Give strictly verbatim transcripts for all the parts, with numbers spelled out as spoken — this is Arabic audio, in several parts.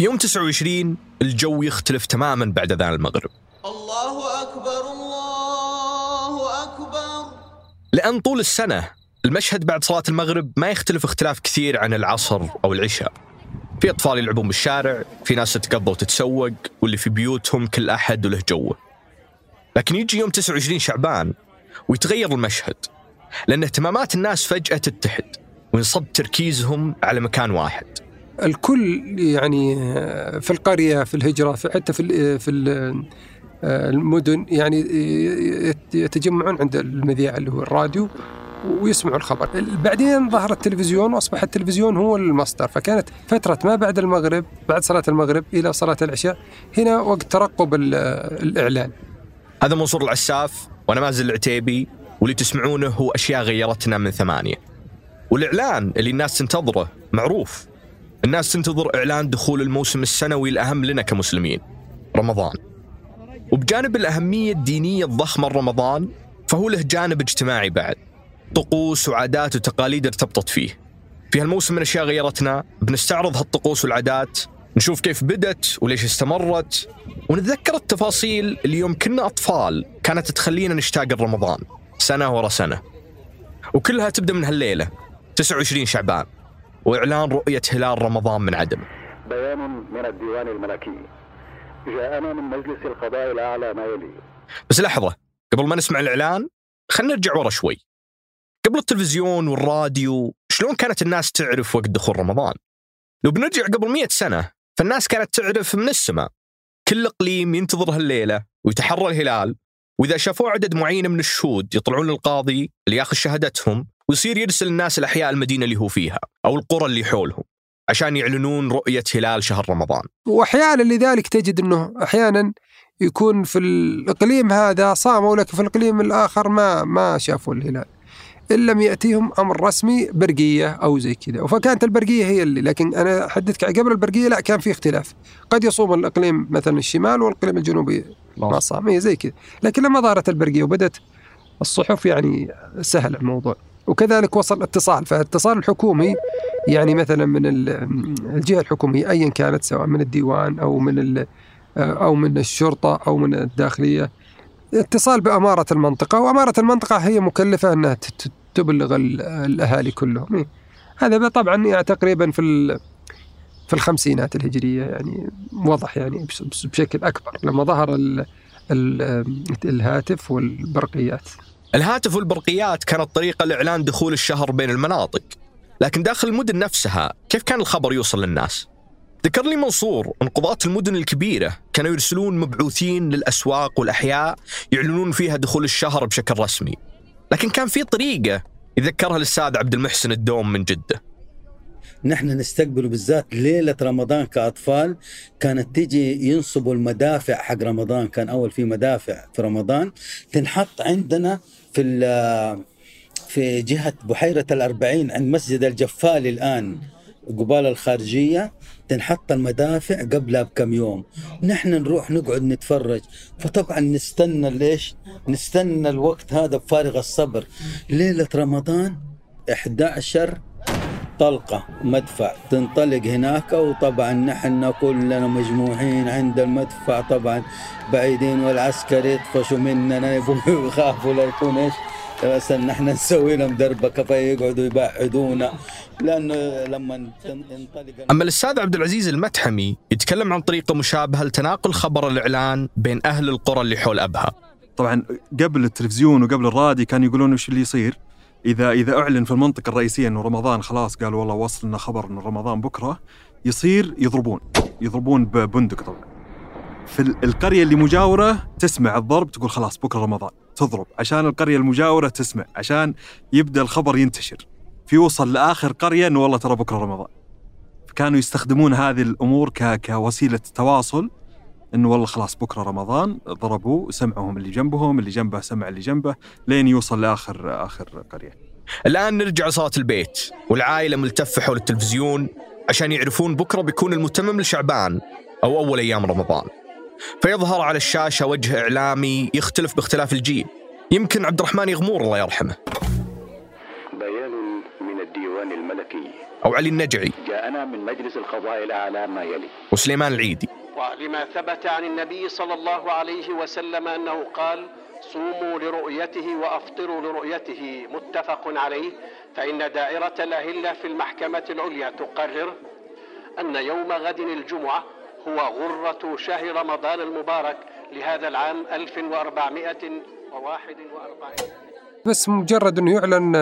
في يوم تسعة وعشرين الجو يختلف تماماً بعد أذان المغرب. الله أكبر الله أكبر. لأن طول السنة المشهد بعد صلاة المغرب ما يختلف اختلاف كثير عن العصر أو العشاء. في أطفال يلعبون بالشارع، في ناس تتقضى وتتسوق، واللي في بيوتهم كل أحد وله جوه. لكن يجي يوم تسعة وعشرين شعبان ويتغير المشهد، لأن اهتمامات الناس فجأة تتحد وينصب تركيزهم على مكان واحد. الكل يعني في القرية، في الهجرة، في حتى في في المدن يعني يتجمعون عند المذياع اللي هو الراديو ويسمعوا الخبر. بعدين ظهر التلفزيون وأصبح التلفزيون هو المصدر. فكانت فترة ما بعد المغرب، بعد صلاة المغرب إلى صلاة العشاء، هنا وقت ترقب الإعلان. هذا منصور العساف وأنا مازل العتيبي، واللي تسمعونه هو أشياء غيرتنا من ثمانية. والإعلان اللي الناس تنتظره معروف. الناس تنتظر إعلان دخول الموسم السنوي الأهم لنا كمسلمين، رمضان. وبجانب الأهمية الدينية الضخمة لرمضان، فهو له جانب اجتماعي بعد، طقوس وعادات وتقاليد ارتبطت فيه. في هالموسم من أشياء غيرتنا بنستعرض هالطقوس والعادات، نشوف كيف بدت وليش استمرت، ونتذكر التفاصيل اللي يوم كنا أطفال كانت تخلينا نشتاق لرمضان سنة ورا سنة. وكلها تبدأ من هالليلة تسعة وعشرين شعبان وإعلان رؤية هلال رمضان من عدم. بيان من الديوان الملكي جاءنا من مجلس القضاء الأعلى ما يلي. بس لحظة، قبل ما نسمع الإعلان خلنا نرجع ورا شوي. قبل التلفزيون والراديو شلون كانت الناس تعرف وقت دخول رمضان؟ لو بنرجع قبل مئة سنة فالناس كانت تعرف من السماء. كل إقليم ينتظر هالليلة ويتحرى الهلال، وإذا شافوا عدد معين من الشهود يطلعون للقاضي اللي ياخذ شهادتهم، ويصير يرسل الناس الأحياء المدينة اللي هو فيها أو القرى اللي حولهم عشان يعلنون رؤية هلال شهر رمضان. وأحيانا لذلك تجد أنه أحيانا يكون في الإقليم هذا صاموا، لكن في الإقليم الآخر ما ما شافوا الهلال، إن لم يأتيهم أمر رسمي برقية أو زي كذا. فكانت البرقية هي اللي، لكن أنا حدثك قبل البرقية لا، كان في اختلاف. قد يصوم الإقليم مثلا الشمال والإقليم الجنوبي ما صام، هي زي كذا. لكن لما ظهرت البرقية وبدت الصحف يعني سهل الموضوع. وكذلك وصل الاتصال، فالاتصال الحكومي يعني مثلا من الجهة الحكومية أيا كانت، سواء من الديوان أو من أو من الشرطة أو من الداخلية، اتصال بأمارة المنطقة، وأمارة المنطقة هي مكلفة أنها تبلغ الأهالي كلهم. هذا طبعا يعني تقريبا في في الخمسينات الهجرية يعني وضح يعني بشكل أكبر لما ظهر ال ال الهاتف والبرقيات. الهاتف والبرقيات كانت طريقة لإعلان دخول الشهر بين المناطق، لكن داخل المدن نفسها كيف كان الخبر يوصل للناس؟ ذكر لي منصور أن قضاة المدن الكبيرة كانوا يرسلون مبعوثين للأسواق والأحياء يعلنون فيها دخول الشهر بشكل رسمي، لكن كان في طريقة يذكرها الأستاذ عبد المحسن الدوم من جدة. نحن نستقبل بالذات ليلة رمضان كأطفال، كانت تيجي ينصبوا المدافع حق رمضان. كان أول في مدافع في رمضان تنحط عندنا في في جهة بحيرة الأربعين عند مسجد الجفال الآن قبال الخارجية، تنحط المدافع قبلها بكم يوم. نحن نروح نقعد نتفرج، فطبعا نستنى ليش نستنى الوقت هذا بفارغ الصبر. ليلة رمضان إحدى عشر طلقة مدفع تنطلق هناك، وطبعا نحن كلنا مجموعين عند المدفع طبعا بعيدين، والعسكري يطفشوا مننا يخافوا لا يكون إيش بس نحن نسوي لهم دربكة فيقعدوا يبعدونا، لأنه لما ننطلق. أما الأستاذ عبد العزيز المتحمي يتكلم عن طريقة مشابهة لتناقل خبر الإعلان بين أهل القرى اللي حول أبها. طبعا قبل التلفزيون وقبل الراديو كان يقولون وش اللي يصير إذا إذا أعلن في المنطقة الرئيسية إنه رمضان خلاص، قالوا والله وصلنا خبر إنه رمضان بكرة، يصير يضربون يضربون ببندق. طبعا في القرية اللي مجاورة تسمع الضرب تقول خلاص بكرة رمضان، تضرب عشان القرية المجاورة تسمع، عشان يبدأ الخبر ينتشر في وصل لآخر قرية إنه والله ترى بكرة رمضان. فكانوا يستخدمون هذه الأمور ك كوسيلة تواصل، إنه والله خلاص بكرة رمضان، ضربوا سمعهم اللي جنبهم، اللي جنبه سمع اللي جنبه، لين يوصل لآخر آخر قرية. الآن نرجع لصلاة البيت والعائلة ملتفة حول التلفزيون عشان يعرفون بكرة بيكون المتمم لشعبان أو أول أيام رمضان. فيظهر على الشاشة وجه إعلامي يختلف باختلاف الجيل. يمكن عبد الرحمن يغمور الله يرحمه. بيان من الديوان الملكي أو علي النجعي. جاءنا من مجلس القضاء الأعلى ما يلي. وسليمان العيدي. ولما ثبت عن النبي صلى الله عليه وسلم أنه قال: صوموا لرؤيته وأفطروا لرؤيته، متفق عليه. فإن دائرة الأهلة في المحكمة العليا تقرر أن يوم غد الجمعة هو غرة شهر رمضان المبارك لهذا العام ألف وأربعمائة وواحد وأربعين. بس مجرد أنه يعلن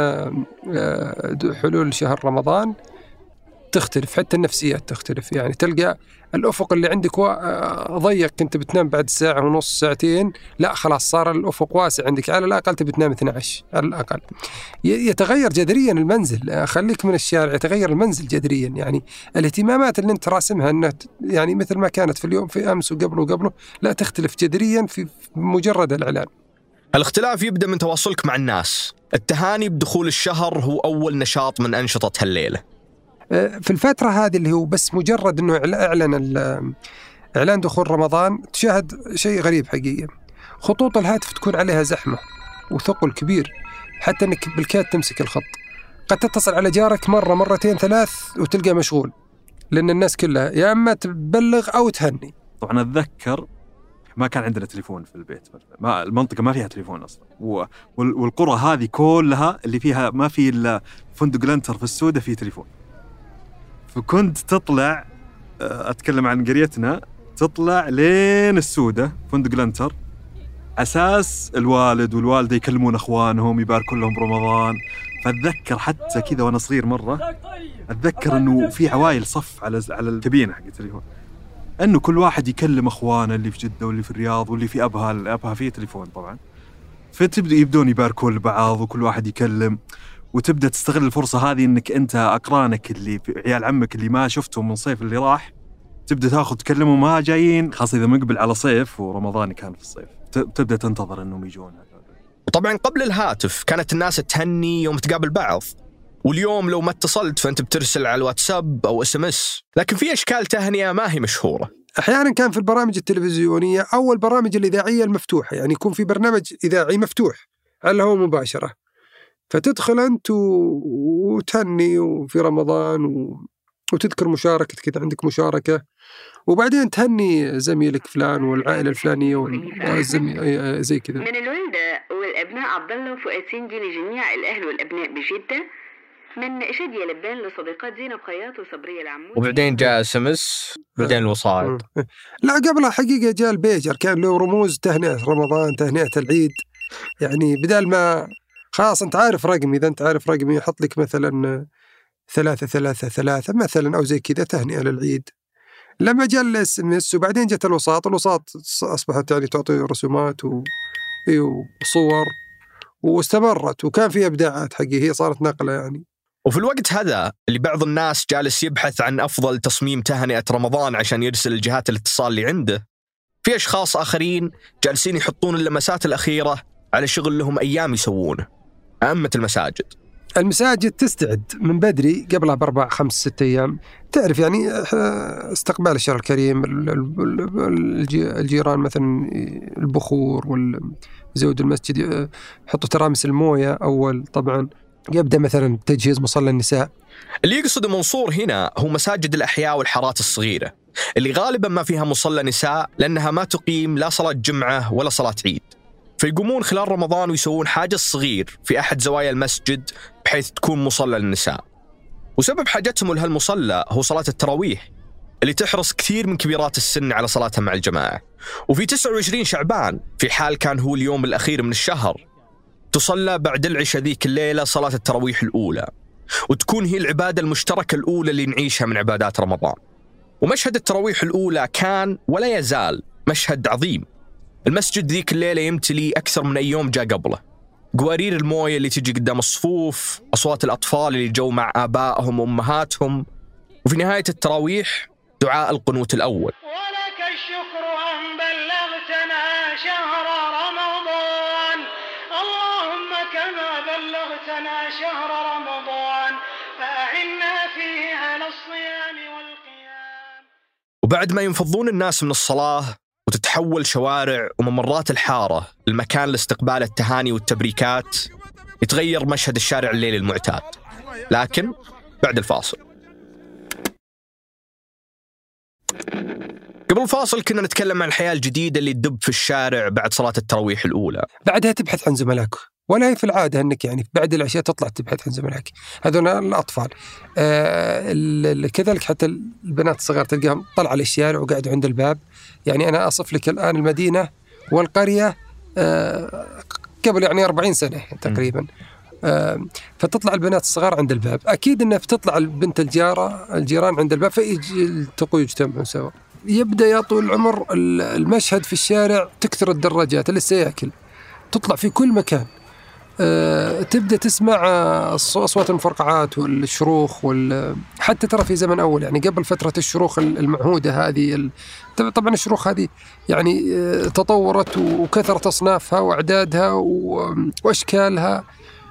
حلول شهر رمضان تختلف، حتى النفسيات تختلف. يعني تلقى الأفق اللي عندك ضيق، كنت بتنام بعد ساعة ونص ساعتين، لا خلاص صار الأفق واسع عندك، على الأقل تبي تنام اثني عشر على الأقل. يتغير جذريا المنزل، خليك من الشارع، يتغير المنزل جذريا. يعني الاهتمامات اللي انت راسمها أنه يعني مثل ما كانت في اليوم في أمس وقبله وقبله لا تختلف جذريا في مجرد الإعلان. الاختلاف يبدأ من تواصلك مع الناس. التهاني بدخول الشهر هو أول نشاط من أنشطة هالليلة. في الفترة هذه اللي هو بس مجرد أنه أعلن إعلان دخول رمضان، تشاهد شيء غريب حقيقة. خطوط الهاتف تكون عليها زحمة وثقل كبير، حتى أنك بالكاد تمسك الخط. قد تتصل على جارك مرة مرتين ثلاث وتلقى مشغول، لأن الناس كلها يا أما تبلغ أو تهني. طبعا أتذكر ما كان عندنا تليفون في البيت، ما المنطقة ما فيها تليفون أصلا، والقرى هذه كلها اللي فيها ما في إلا فندق لانتر في السودة فيه تليفون. فكنت تطلع، أتكلم عن قريتنا، تطلع لين السودة فندق لانتر أساس الوالد والوالدة يكلمون أخوانهم يباركوا لهم برمضان. فأتذكر حتى كذا وأنا صغير مرة أتذكر أنه في عوائل صف على على الكابينة حق التليفون، أنه كل واحد يكلم أخوانه اللي في جدة واللي في الرياض واللي في أبها. أبها فيه تليفون طبعا، فتبدأ يبدون يباركوا لبعض وكل واحد يكلم، وتبدأ تستغل الفرصة هذه أنك أنت أقرانك اللي عيال عمك اللي ما شفتهم من صيف اللي راح تبدأ تأخذ تكلمهم ما جايين، خاصة إذا مقبل على صيف ورمضان كان في الصيف، تبدأ تنتظر أنهم يجون. وطبعا قبل الهاتف كانت الناس تهني يوم تقابل بعض، واليوم لو ما اتصلت فأنت بترسل على الواتساب أو اس ام اس. لكن في أشكال تهنئة ما هي مشهورة. أحيانا كان في البرامج التلفزيونية أو البرامج الإذاعية المفتوحة، يعني يكون في برنامج إذاعي مفتوح على الهواء مباشرة، فتدخل أنت وتهني وفي رمضان و... وتذكر مشاركة كذا، عندك مشاركة، وبعدين تهني زميلك فلان والعائلة الفلانية والزمي... زي كذا. من الوالدة والأبناء عبد الله وفؤاد سنجي لجميع الأهل والأبناء بجدة، من شادية لبان لصديقات زينب خياط وصبرية العمود. وبعدين جاء سمس، بعدين الوصايد. لا قبلها حقيقة جاء البيجر، كان له رموز تهنئة رمضان، تهنئة العيد. يعني بدال ما خلاص أنت عارف رقمي، إذا أنت عارف رقمي يحط لك مثلا ثلاثة ثلاثة ثلاثة مثلا أو زي كذا تهنئة للعيد. لما جاء الاس ام اس وبعدين جت الوساط، الوساط أصبحت يعني تعطي رسومات وصور واستمرت، وكان فيها إبداعات حقيقية، هي صارت نقلة يعني. وفي الوقت هذا اللي بعض الناس جالس يبحث عن أفضل تصميم تهنئة رمضان عشان يرسل الجهات الاتصال اللي عنده، في أشخاص آخرين جالسين يحطون اللمسات الأخيرة على شغل لهم أيام يسوونه. أئمة المساجد المساجد تستعد من بدري قبلها بأربع خمس ست أيام، تعرف يعني استقبال الشهر الكريم، الجيران مثلا البخور والزود المسجد يحطوا ترامس الموية أول، طبعا يبدأ مثلا تجهيز مصلى النساء. اللي يقصد منصور هنا هو مساجد الأحياء والحارات الصغيرة اللي غالبا ما فيها مصلى نساء، لأنها ما تقيم لا صلاة جمعة ولا صلاة عيد، فيقومون خلال رمضان ويسوون حاجة صغير في أحد زوايا المسجد بحيث تكون مصلى للنساء. وسبب حاجتهم لهالمصلى هو صلاة التراويح اللي تحرص كثير من كبيرات السن على صلاتها مع الجماعة. وفي تسعة وعشرين شعبان، في حال كان هو اليوم الأخير من الشهر، تصلى بعد العشاء ذيك الليلة صلاة التراويح الأولى، وتكون هي العبادة المشتركة الأولى اللي نعيشها من عبادات رمضان. ومشهد التراويح الأولى كان ولا يزال مشهد عظيم. المسجد ذيك الليلة يمتلي أكثر من أي يوم جاء قبله، قوارير الموية اللي تجي قدام الصفوف، أصوات الأطفال اللي جو مع آبائهم وأمهاتهم، وفي نهاية التراويح دعاء القنوت الأول. ولك الشكر أن بلغتنا شهر رمضان، اللهم كما بلغتنا شهر رمضان فأعنا فيه على الصيام والقيام. وبعد ما ينفضون الناس من الصلاة وتتحول شوارع وممرات الحارة المكان لاستقبال التهاني والتبريكات، يتغير مشهد الشارع الليلي المعتاد، لكن بعد الفاصل. قبل الفاصل كنا نتكلم عن الحياة الجديدة اللي تدب في الشارع بعد صلاة التراويح الأولى. بعدها تبحث عن زملائك، ولا هي في العادة أنك يعني بعد العشاء تطلع تبحث عن زملائك، هذول الأطفال. آه كذلك حتى البنات الصغار تلقاهم طلع على الشارع وقاعدوا عند الباب. يعني أنا أصف لك الآن المدينة والقرية آه قبل يعني أربعين سنة تقريبا. آه فتطلع البنات الصغار عند الباب، أكيد أنها بتطلع البنت الجارة الجيران عند الباب، فيلتقوا يجتمعوا سوا. يبدأ يا طول العمر المشهد في الشارع، تكثر الدراجات، السياكل تطلع في كل مكان. أه تبدأ تسمع أصوات المفرقعات والشروخ وال... حتى ترى في زمن أول يعني قبل فترة الشروخ المعهودة هذه ال... طبعا الشروخ هذه يعني تطورت وكثرت أصنافها وأعدادها و... وأشكالها،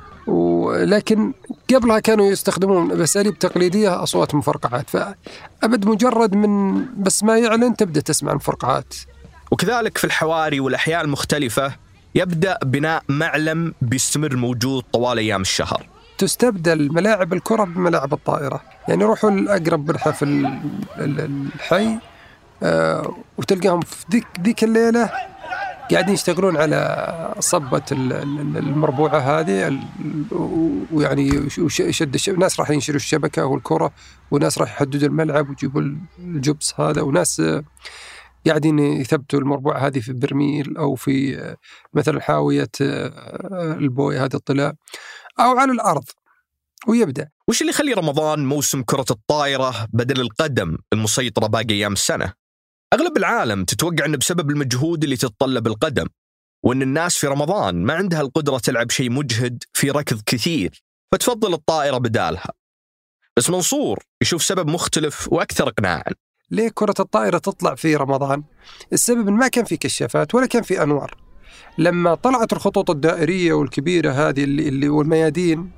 ولكن قبلها كانوا يستخدمون بأساليب تقليدية أصوات مفرقعات، فأبد مجرد من بس ما يعلن تبدأ تسمع المفرقعات. وكذلك في الحواري والأحياء المختلفة يبدأ بناء معلم بيستمر موجود طوال أيام الشهر. تستبدل ملاعب الكرة بملاعب الطائرة، يعني روحوا الأقرب منها في الحي آه وتلقاهم في ذيك ذيك الليلة قاعدين يشتغلون على صبة المربوعة هذه، ويعني يشد الشبكة، ناس راح ينشروا الشبكة والكرة، وناس راح يحددوا الملعب ويجيبوا الجبس هذا، وناس قاعدين يثبتوا المربوعة هذه في برميل أو في مثل حاوية البوي هذا الطلاء أو على الأرض، ويبدأ. وش اللي يخلي رمضان موسم كرة الطائرة بدل القدم المسيطرة باقي أيام السنة؟ أغلب العالم تتوقع أنه بسبب المجهود اللي تتطلب القدم، وأن الناس في رمضان ما عندها القدرة تلعب شيء مجهد في ركض كثير، فتفضل الطائرة بدالها. بس منصور يشوف سبب مختلف وأكثر إقناعاً. ليه كرة الطائرة تطلع في رمضان؟ السبب ما كان في كشافات ولا كان في أنوار. لما طلعت الخطوط الدائرية والكبيرة هذه اللي, اللي والميادين،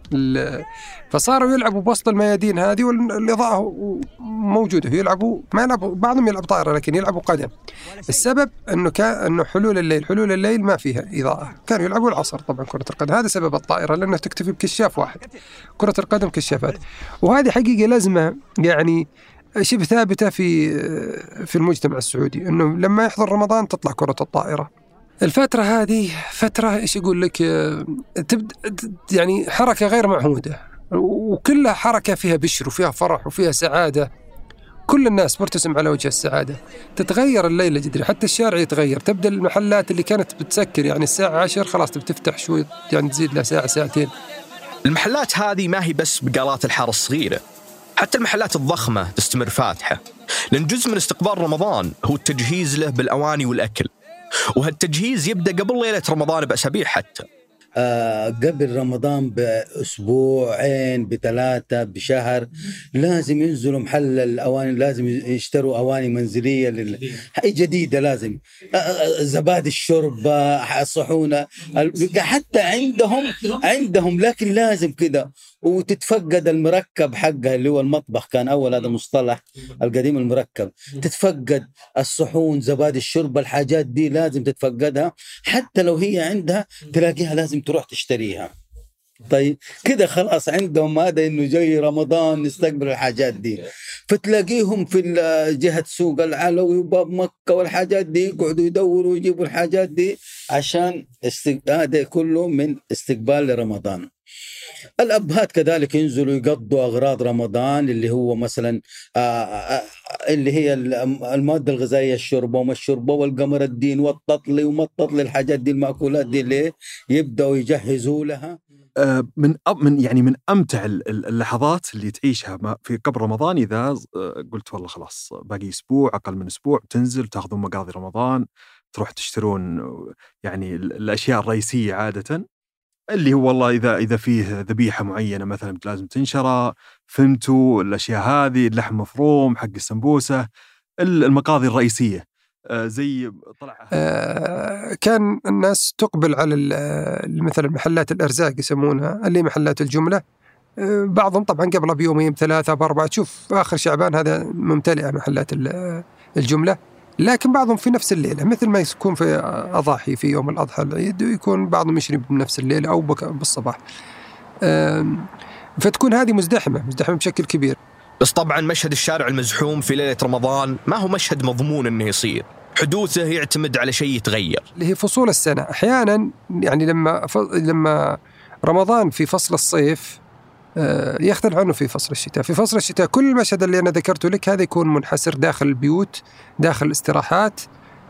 فصاروا يلعبوا بوسط الميادين هذه والإضاءة موجودة، يلعبوا ما يلعبوا بعضهم يلعب طائرة لكن يلعبوا قدم. السبب أنه كان أنه حلول الليل حلول الليل ما فيها إضاءة، كانوا يلعبوا العصر طبعا كرة القدم. هذا سبب الطائرة، لأنه تكتفي بكشاف واحد. كرة القدم كشافات، وهذه حقيقة لازمة يعني شبه ثابتة في في المجتمع السعودي، أنه لما يحضر رمضان تطلع كرة الطائرة. الفترة هذه فترة إيش يقول لك تبدأ يعني حركة غير معهودة، وكلها حركة فيها بشر وفيها فرح وفيها سعادة، كل الناس مرتسم على وجه السعادة. تتغير الليلة جدري، حتى الشارع يتغير، تبدأ المحلات اللي كانت بتسكر يعني الساعة عشر خلاص بتفتح شوي، يعني تزيد لها ساعة ساعتين. المحلات هذه ما هي بس بقالات الحارة الصغيرة، حتى المحلات الضخمة تستمر فاتحة، لأن جزء من استقبال رمضان هو التجهيز له بالأواني والأكل، وهالتجهيز يبدأ قبل ليلة رمضان بأسابيع حتى. آه قبل رمضان بأسبوعين بثلاثة بشهر لازم ينزلوا محل الأواني، لازم يشتروا أواني منزلية لل... جديدة، لازم آه زبادي الشوربة صحونة حتى عندهم عندهم لكن لازم كده. وتتفقد المركب حقها اللي هو المطبخ، كان أول هذا مصطلح القديم المركب، تتفقد الصحون زبادي الشوربة، الحاجات دي لازم تتفقدها، حتى لو هي عندها تلاقيها لازم تروح تشتريها. طيب كده خلاص عندهم هذا إنه جاي رمضان نستقبل الحاجات دي، فتلاقيهم في جهة سوق العلوي وباب مكة والحاجات دي يقعدوا يدوروا ويجيبوا الحاجات دي عشان استق... هذا كله من استقبال لرمضان. الأبهات كذلك ينزلوا يقضوا أغراض رمضان اللي هو مثلا آآ آآ اللي هي المادة الغذائية، الشوربة وما الشوربة والقمر الدين والتطلي وما التطلي، الحاجات دي المأكولات دي اللي يبدأوا يجهزوا لها. من من يعني من أمتع اللحظات اللي تعيشها في قبل رمضان إذا قلت والله خلاص باقي أسبوع أقل من أسبوع تنزل تاخذون مقاضي رمضان، تروح تشترون يعني الأشياء الرئيسية عادة اللي هو والله إذا إذا فيه ذبيحة معينة مثلا لازم تنشرها، فهمتوا الأشياء هذه، اللحم مفروم حق السمبوسة، المقاضي الرئيسية زي طلع. آه كان الناس تقبل على مثلا محلات الأرزاق يسمونها اللي محلات الجملة، آه بعضهم طبعا قبل بيومين ثلاثة بأربعة، تشوف آخر شعبان هذا ممتلئة محلات الجملة، لكن بعضهم في نفس الليلة مثل ما يكون في أضاحي في يوم الأضحى العيد، ويكون بعضهم يشري بنفس الليلة أو بالصباح، فتكون هذه مزدحمة مزدحمة بشكل كبير. بس طبعا مشهد الشارع المزحوم في ليلة رمضان ما هو مشهد مضمون أنه يصير، حدوثه يعتمد على شيء يتغير اللي هي فصول السنة. أحيانا يعني لما ف... لما رمضان في فصل الصيف يختلف عنه في فصل الشتاء. في فصل الشتاء كل المشهد اللي أنا ذكرته لك هذا يكون منحسر داخل البيوت، داخل الاستراحات،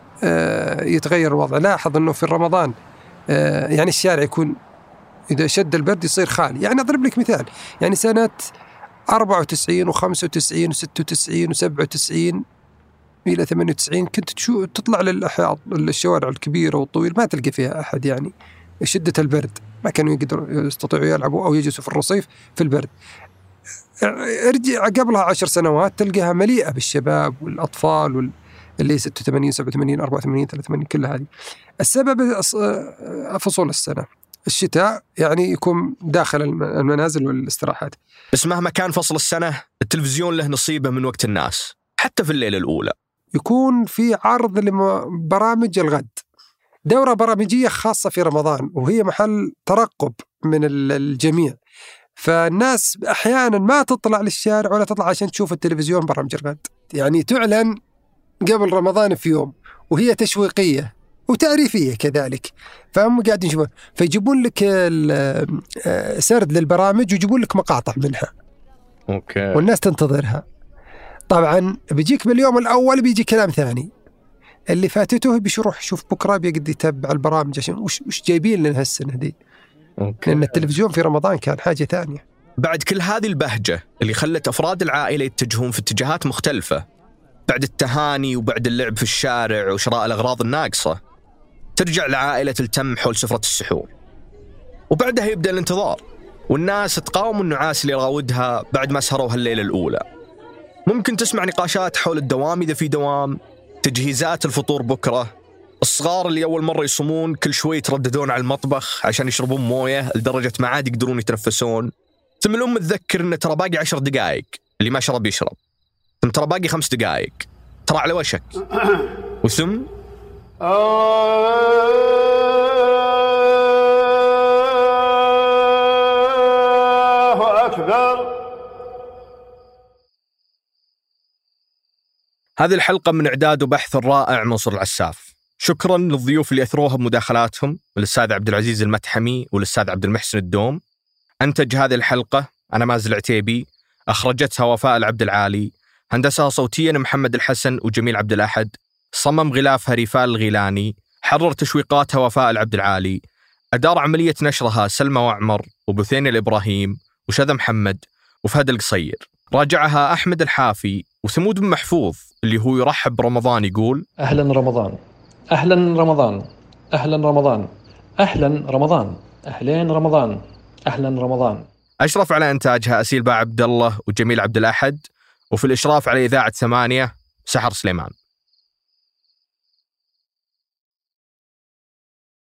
يتغير الوضع. لاحظ أنه في رمضان يعني الشارع يكون إذا شد البرد يصير خالي. يعني أضرب لك مثال، يعني سنة أربعة وتسعين وخمسة وتسعين وستة وتسعين وسبعة وتسعين إلى ثمانية وتسعين كنت تشوف تطلع للأحياء الشوارع الكبيرة والطويل ما تلقى فيها أحد، يعني شدة البرد ما كانوا يقدروا يستطيعوا يلعبوا أو يجلسوا في الرصيف في البرد. ارجع قبلها عشر سنوات تلقاها مليئة بالشباب والأطفال وال اللي ستة وثمانين سبعة وثمانين أربعة وثمانين ثلاثة وثمانين كل هذه. السبب فصول السنة. الشتاء يعني يكون داخل المنازل والاستراحات. بس مهما كان فصل السنة التلفزيون له نصيبه من وقت الناس، حتى في الليلة الأولى يكون في عرض لبرامج الغد، دورة برامجية خاصة في رمضان وهي محل ترقب من الجميع، فالناس أحيانا ما تطلع للشارع ولا تطلع عشان تشوف التلفزيون برامج الغد. يعني تعلن قبل رمضان في يوم وهي تشويقية وتعريفية كذلك، فهم قاعدين يشوفون فيجيبون لك سرد للبرامج ويجيبون لك مقاطع منها. أوكي. والناس تنتظرها. طبعا بيجيك باليوم الأول بيجي كلام ثاني، اللي فاتته بيروح يشوف بكرة بيقدر يتابع البرامج عشان وش, وش جايبين لنا هالسنة دي. أوكي. لأن التلفزيون في رمضان كان حاجة ثانية. بعد كل هذه البهجة اللي خلت أفراد العائلة يتجهون في اتجاهات مختلفة، بعد التهاني وبعد اللعب في الشارع وشراء الأغراض الناقصة، ترجع العائلة تلتم حول سفرة السحور، وبعدها يبدأ الانتظار والناس تقاوم النعاس اللي راودها بعد ما سهروا هالليلة الأولى. ممكن تسمع نقاشات حول الدوام إذا في دوام، تجهيزات الفطور بكرة، الصغار اللي أول مرة يصومون كل شوي يترددون على المطبخ عشان يشربون موية لدرجة ما عاد يقدرون يتنفسون، ثم الأم تذكر إنه ترى باقي عشر دقائق اللي ما شرب يشرب، ثم ترى باقي خمس دقائق ترى على وشك، وثم الله أكبر. هذه الحلقة من إعداد وبحث الرائع منصور العساف. شكرا للضيوف اللي أثروها بمداخلاتهم، الأستاذ عبد العزيز المتحمي والأستاذ عبد المحسن الدوم. أنتج هذه الحلقة أنا مازن العتيبي، أخرجتها وفاء العبد العالي، هندسها صوتيا محمد الحسن وجميل عبد الأحد، صمم غلافها ريفال الغيلاني، حرر تشويقاتها وفاء العبد العالي، أدار عملية نشرها سلمى وعمر وبثين الإبراهيم وشذا محمد وفهد القصير، راجعها أحمد الحافي وثمود بن محفوظ اللي هو يرحب برمضان يقول: أهلا رمضان، أهلا رمضان، أهلا رمضان، أهلا رمضان، أهلين رمضان، أهلا رمضان. أشرف على إنتاجها أسيل باع عبد الله وجميل عبد الأحد، وفي الإشراف على إذاعة ثمانية سحر سليمان.